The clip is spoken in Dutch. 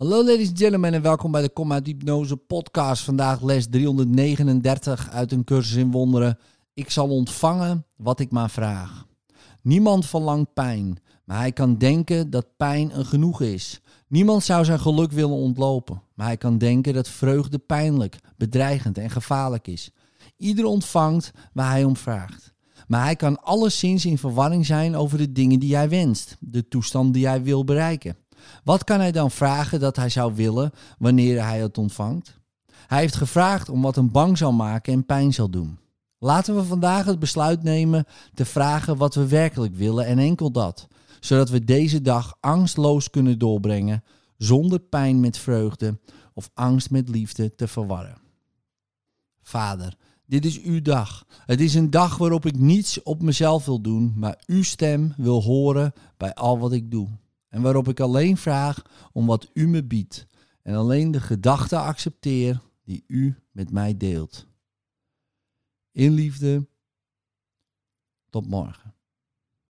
Hallo ladies and gentlemen en welkom bij de Kom uit Hypnose podcast. Vandaag les 339 uit een cursus in wonderen. Ik zal ontvangen wat ik maar vraag. Niemand verlangt pijn, maar hij kan denken dat pijn een genoegen is. Niemand zou zijn geluk willen ontlopen, maar hij kan denken dat vreugde pijnlijk, bedreigend en gevaarlijk is. Ieder ontvangt waar hij om vraagt. Maar hij kan alleszins in verwarring zijn over de dingen die hij wenst, de toestand die hij wil bereiken. Wat kan hij dan vragen dat hij zou willen wanneer hij het ontvangt? Hij heeft gevraagd om wat hem bang zal maken en pijn zal doen. Laten we vandaag het besluit nemen te vragen wat we werkelijk willen en enkel dat, zodat we deze dag angstloos kunnen doorbrengen zonder pijn met vreugde of angst met liefde te verwarren. Vader, dit is uw dag. Het is een dag waarop ik niets op mezelf wil doen, maar uw stem wil horen bij al wat ik doe. En waarop ik alleen vraag om wat u me biedt en alleen de gedachten accepteer die u met mij deelt. In liefde, tot morgen.